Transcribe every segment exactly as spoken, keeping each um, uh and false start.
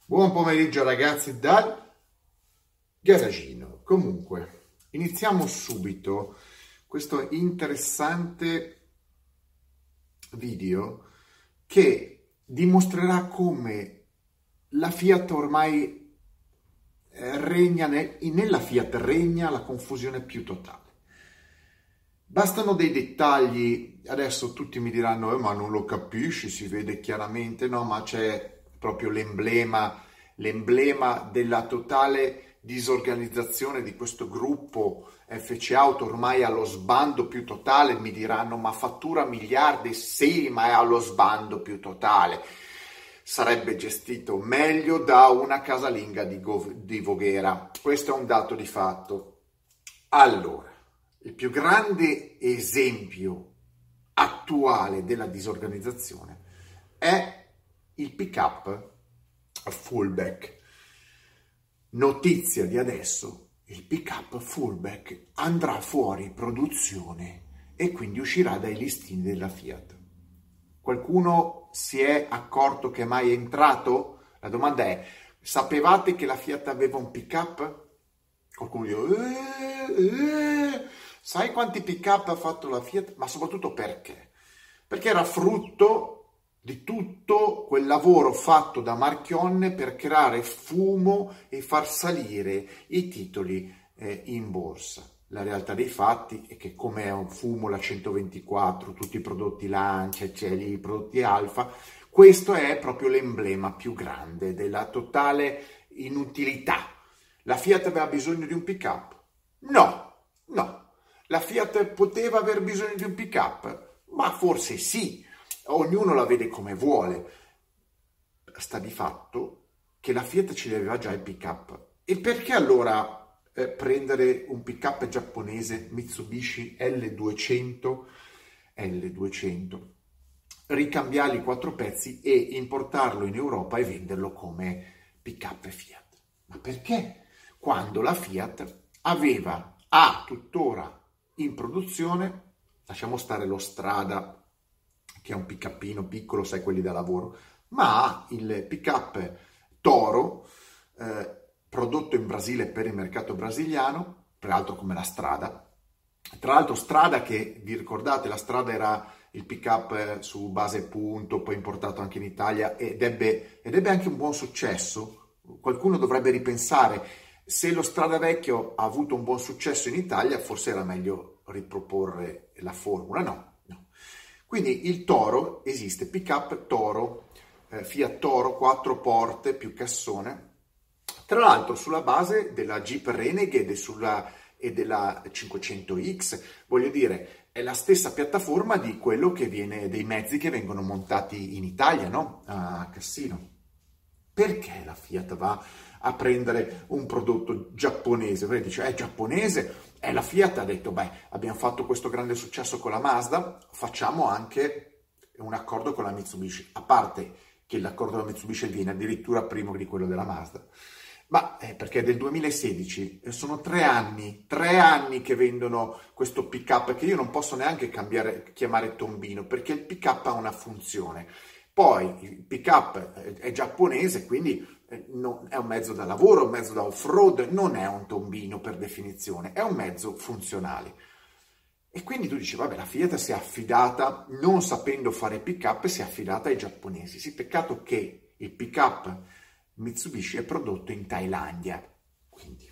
Buon pomeriggio ragazzi dal garagino. Comunque, iniziamo subito questo interessante video che dimostrerà come la Fiat ormai regna, nella Fiat regna la confusione più totale. Bastano dei dettagli, adesso tutti mi diranno eh, ma non lo capisci, si vede chiaramente, no, ma c'è proprio l'emblema, l'emblema della totale disorganizzazione di questo gruppo F C Auto, ormai allo sbando più totale. Mi diranno ma fattura miliardi, sì, ma è allo sbando più totale. Sarebbe gestito meglio da una casalinga di, Go- di Voghera, questo è un dato di fatto. Allora, il più grande esempio attuale della disorganizzazione è il pick-up fullback. Notizia di adesso, il pick-up fullback andrà fuori produzione e quindi uscirà dai listini della Fiat. Qualcuno si è accorto che è mai entrato? La domanda è, sapevate che la Fiat aveva un pick-up? Qualcuno dice, eh, eh, sai quanti pick-up ha fatto la Fiat? Ma soprattutto perché? Perché era frutto di tutto quel lavoro fatto da Marchionne per creare fumo e far salire i titoli eh, in borsa. La realtà dei fatti è che come è un fumo la centoventiquattro, tutti i prodotti Lancia, c'è lì i prodotti Alfa, questo è proprio l'emblema più grande della totale inutilità. La Fiat aveva bisogno di un pick-up? No, no. La Fiat poteva aver bisogno di un pick-up? Ma forse sì. Ognuno la vede come vuole. Sta di fatto che la Fiat ce li aveva già il pick-up. E perché allora eh, prendere un pick-up giapponese Mitsubishi L duecento, L duecento, ricambiargli quattro pezzi e importarlo in Europa e venderlo come pick-up Fiat? Ma perché? Quando la Fiat aveva, ha tuttora in produzione, lasciamo stare lo Strada, che è un pick-upino piccolo, sai, quelli da lavoro, ma ha il pick-up Toro, eh, prodotto in Brasile per il mercato brasiliano, peraltro come la Strada. Tra l'altro Strada che, vi ricordate, la Strada era il pick-up su base punto, poi importato anche in Italia ed ebbe, ed ebbe anche un buon successo. Qualcuno dovrebbe ripensare, se lo Strada vecchio ha avuto un buon successo in Italia, forse era meglio riproporre la formula, no. no. Quindi il Toro esiste, pick-up Toro, eh, Fiat Toro, quattro porte più cassone, tra l'altro sulla base della Jeep Renegade e, sulla, e della cinquecento X, voglio dire, è la stessa piattaforma di quello che viene, dei mezzi che vengono montati in Italia, no? A Cassino. Perché la Fiat va a prendere un prodotto giapponese? Perché dice, è giapponese, e la Fiat ha detto, beh, abbiamo fatto questo grande successo con la Mazda, facciamo anche un accordo con la Mitsubishi, a parte che l'accordo con la Mitsubishi viene addirittura prima di quello della Mazda. Ma eh, perché è del duemilasedici, sono tre anni, tre anni che vendono questo pick-up che io non posso neanche cambiare, chiamare tombino, perché il pick-up ha una funzione. Poi il pick-up è giapponese, quindi è un mezzo da lavoro, un mezzo da off-road, non è un tombino per definizione, è un mezzo funzionale. E quindi tu dici, vabbè, la Fiat si è affidata, non sapendo fare pick-up, si è affidata ai giapponesi. Sì, peccato che il pick-up Mitsubishi è prodotto in Thailandia. Quindi,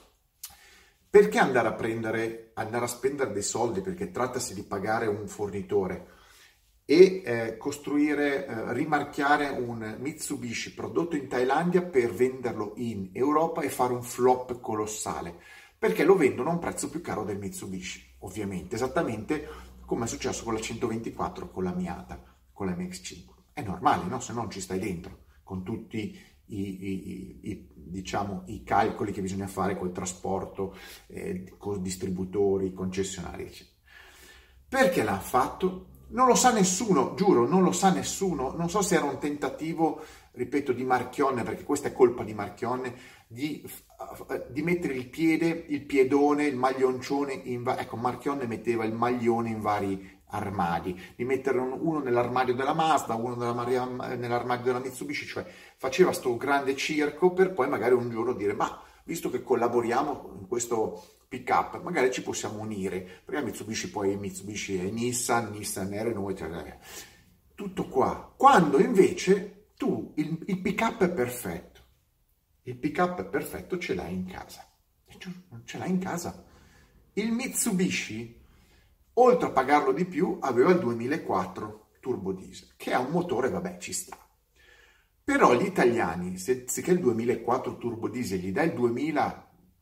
perché andare a prendere, andare a spendere dei soldi, perché trattasi di pagare un fornitore, e eh, costruire, eh, rimarchiare un Mitsubishi prodotto in Thailandia per venderlo in Europa e fare un flop colossale, perché lo vendono a un prezzo più caro del Mitsubishi, ovviamente, esattamente come è successo con la centoventiquattro, con la Miata, con la M X cinque. È normale, no? Se non ci stai dentro, con tutti i, i, i, diciamo, i calcoli che bisogna fare col trasporto, eh, con distributori, concessionari, eccetera. Perché l'ha fatto? Non lo sa nessuno, giuro, non lo sa nessuno. Non so se era un tentativo, ripeto, di Marchionne, perché questa è colpa di Marchionne, di, di mettere il piede, il piedone, il maglioncione in vari... Ecco, Marchionne metteva il maglione in vari armadi, di mettere uno nell'armadio della Mazda, uno nell'armadio della Mitsubishi, cioè faceva sto grande circo per poi magari un giorno dire ma visto che collaboriamo in questo pick up magari ci possiamo unire, perché Mitsubishi poi Mitsubishi è Nissan, Nissan è Renault, cioè, tutto qua, quando invece tu il, il pick up è perfetto, il pick up è perfetto ce l'hai in casa, ce l'hai in casa. Il Mitsubishi, oltre a pagarlo di più, aveva il duemilaquattro turbo diesel, che ha un motore, vabbè, ci sta. Però gli italiani, se, se che il duemilaquattro turbo diesel gli dà il duemila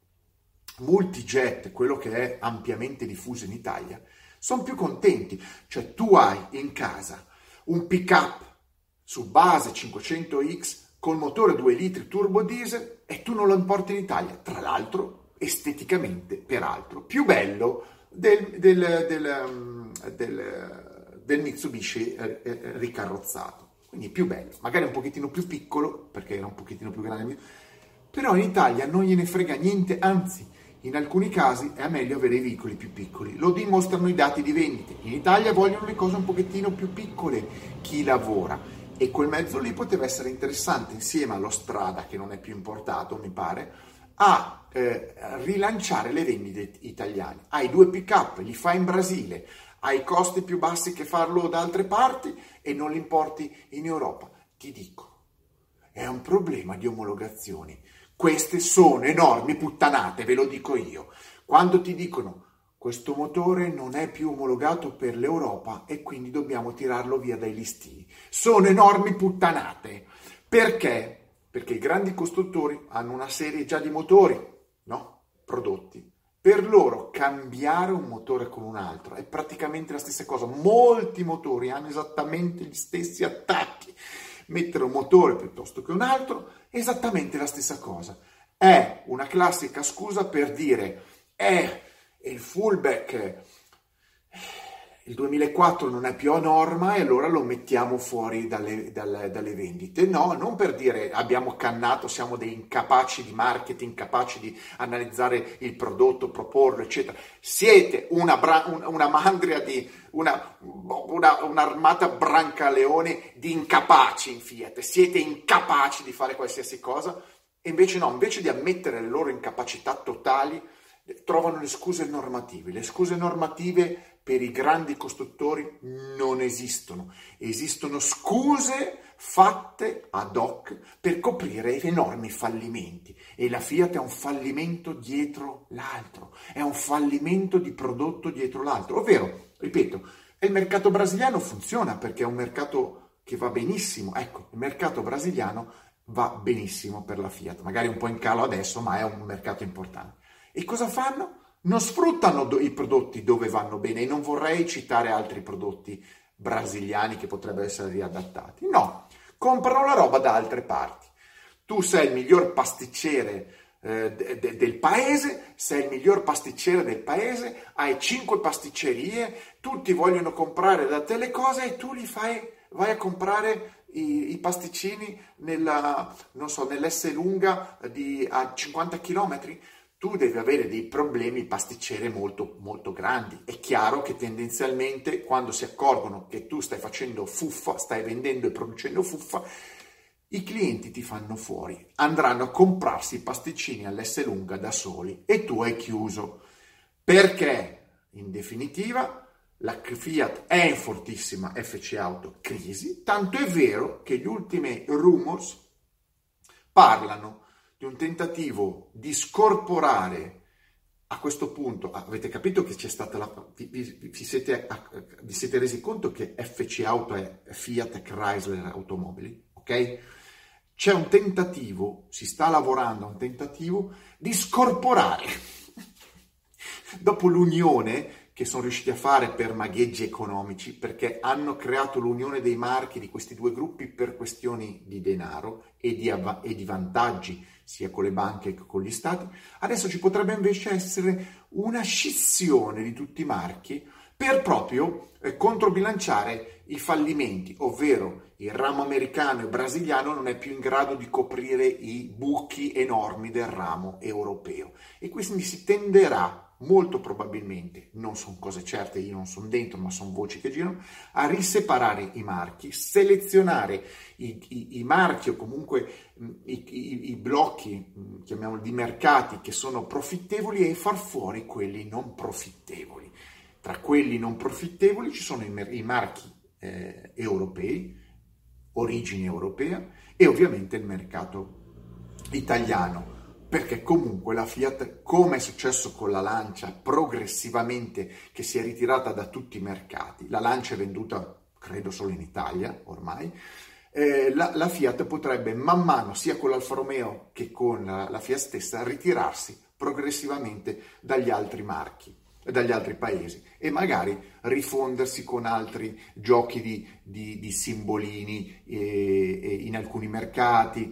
multijet, quello che è ampiamente diffuso in Italia, sono più contenti. Cioè tu hai in casa un pick-up su base cinquecento X col motore due litri turbo diesel e tu non lo importi in Italia. Tra l'altro, esteticamente, peraltro, più bello del, del, del, del, del Mitsubishi ricarrozzato. Quindi più bello, magari un pochettino più piccolo, perché era un pochettino più grande, però in Italia non gliene frega niente, anzi, in alcuni casi è meglio avere i veicoli più piccoli, lo dimostrano i dati di vendite. In Italia vogliono le cose un pochettino più piccole chi lavora, e quel mezzo lì poteva essere interessante, insieme allo Strada, che non è più importato, mi pare, a eh, rilanciare le vendite italiane. Hai due pick-up, li fai in Brasile, hai costi più bassi che farlo da altre parti e non li importi in Europa. Ti dico, è un problema di omologazioni. Queste sono enormi puttanate, ve lo dico io. Quando ti dicono questo motore non è più omologato per l'Europa e quindi dobbiamo tirarlo via dai listini. Sono enormi puttanate. Perché? Perché i grandi costruttori hanno una serie già di motori, no? Prodotti. Per loro cambiare un motore con un altro è praticamente la stessa cosa. Molti motori hanno esattamente gli stessi attacchi. Mettere un motore piuttosto che un altro è esattamente la stessa cosa. È una classica scusa per dire eh, il fullback, il duemilaquattro non è più a norma e allora lo mettiamo fuori dalle, dalle, dalle vendite. No, non per dire abbiamo cannato, siamo dei incapaci di marketing, incapaci di analizzare il prodotto, proporlo, eccetera. Siete una, bra- una mandria di una, una, un'armata brancaleone di incapaci in Fiat. Siete incapaci di fare qualsiasi cosa e invece no, invece di ammettere le loro incapacità totali, trovano le scuse normative. Le scuse normative per i grandi costruttori non esistono. Esistono scuse fatte ad hoc per coprire enormi fallimenti. E la Fiat è un fallimento dietro l'altro. È un fallimento di prodotto dietro l'altro. Ovvero, ripeto, il mercato brasiliano funziona perché è un mercato che va benissimo. Ecco, il mercato brasiliano va benissimo per la Fiat. Magari un po' in calo adesso, ma è un mercato importante. E cosa fanno? Non sfruttano i prodotti dove vanno bene, e non vorrei citare altri prodotti brasiliani che potrebbero essere riadattati. No, comprano la roba da altre parti. Tu sei il miglior pasticcere eh, de- de- del paese, sei il miglior pasticcere del paese, hai cinque pasticcerie, tutti vogliono comprare da te le cose e tu li fai, vai a comprare i, i pasticcini nella, non so, nell'S lunga di, a cinquanta chilometri. Tu devi avere dei problemi pasticcere molto, molto grandi. È chiaro che tendenzialmente quando si accorgono che tu stai facendo fuffa, stai vendendo e producendo fuffa, i clienti ti fanno fuori, andranno a comprarsi i pasticcini all'S lunga da soli e tu hai chiuso. Perché, in definitiva, la Fiat è in fortissima F C Auto crisi, tanto è vero che gli ultimi rumors parlano di un tentativo di scorporare. A questo punto avete capito che c'è stata la vi, vi, vi, siete, vi siete resi conto che F C Auto è Fiat Chrysler Automobili, ok? C'è un tentativo, si sta lavorando a un tentativo di scorporare dopo l'unione che sono riusciti a fare per magheggi economici, perché hanno creato l'unione dei marchi di questi due gruppi per questioni di denaro e di, av- e di vantaggi sia con le banche che con gli stati. Adesso ci potrebbe invece essere una scissione di tutti i marchi per proprio eh, controbilanciare i fallimenti, ovvero il ramo americano e brasiliano non è più in grado di coprire i buchi enormi del ramo europeo e quindi si tenderà molto probabilmente, non sono cose certe, io non sono dentro, ma sono voci che girano, a riseparare i marchi, selezionare i, i, i marchi o comunque i, i, i blocchi, chiamiamoli, di mercati che sono profittevoli e far fuori quelli non profittevoli. Tra quelli non profittevoli ci sono i, i marchi eh, europei, origine europea, e ovviamente il mercato italiano, perché comunque la Fiat, come è successo con la Lancia, progressivamente che si è ritirata da tutti i mercati, la Lancia è venduta credo solo in Italia ormai, eh, la, la Fiat potrebbe man mano, sia con l'Alfa Romeo che con la, la Fiat stessa, ritirarsi progressivamente dagli altri marchi, dagli altri paesi, e magari rifondersi con altri giochi di, di, di simbolini e, e in alcuni mercati,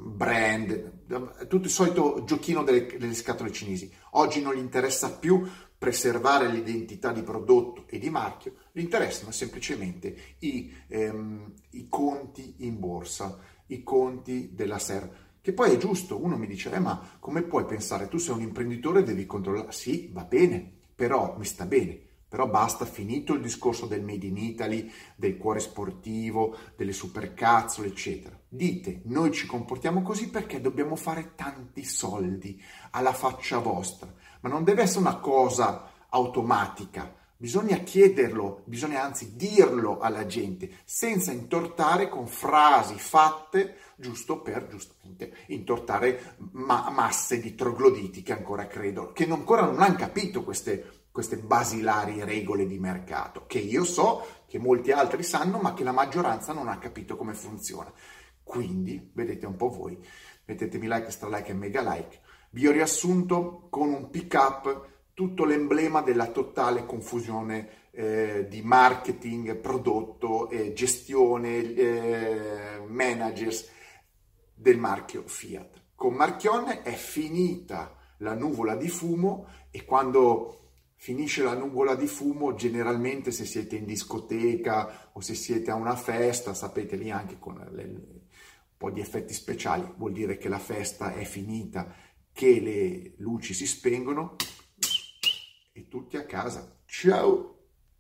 brand, tutto il solito giochino delle, delle scatole cinesi. Oggi non gli interessa più preservare l'identità di prodotto e di marchio, gli interessano semplicemente i, ehm, i conti in borsa, i conti della S E R. Che poi è giusto, uno mi dice, eh, ma come puoi pensare, tu sei un imprenditore e devi controllare, sì, va bene, però mi sta bene, però basta, finito il discorso del Made in Italy, del cuore sportivo, delle supercazzole, eccetera. Dite, noi ci comportiamo così perché dobbiamo fare tanti soldi alla faccia vostra, ma non deve essere una cosa automatica, bisogna chiederlo, bisogna anzi dirlo alla gente, senza intortare con frasi fatte giusto per, giustamente, intortare ma- masse di trogloditi che ancora credo, che non, ancora non hanno capito queste, queste basilari regole di mercato, che io so, che molti altri sanno, ma che la maggioranza non ha capito come funziona. Quindi, vedete un po' voi, mettetemi like, stra like e mega like, vi ho riassunto con un pick up tutto l'emblema della totale confusione eh, di marketing, prodotto, eh, gestione, eh, managers del marchio Fiat. Con Marchionne è finita la nuvola di fumo, e quando finisce la nuvola di fumo, generalmente se siete in discoteca o se siete a una festa, sapete, lì anche con le, un po' di effetti speciali, vuol dire che la festa è finita, che le luci si spengono e tutti a casa. Ciao!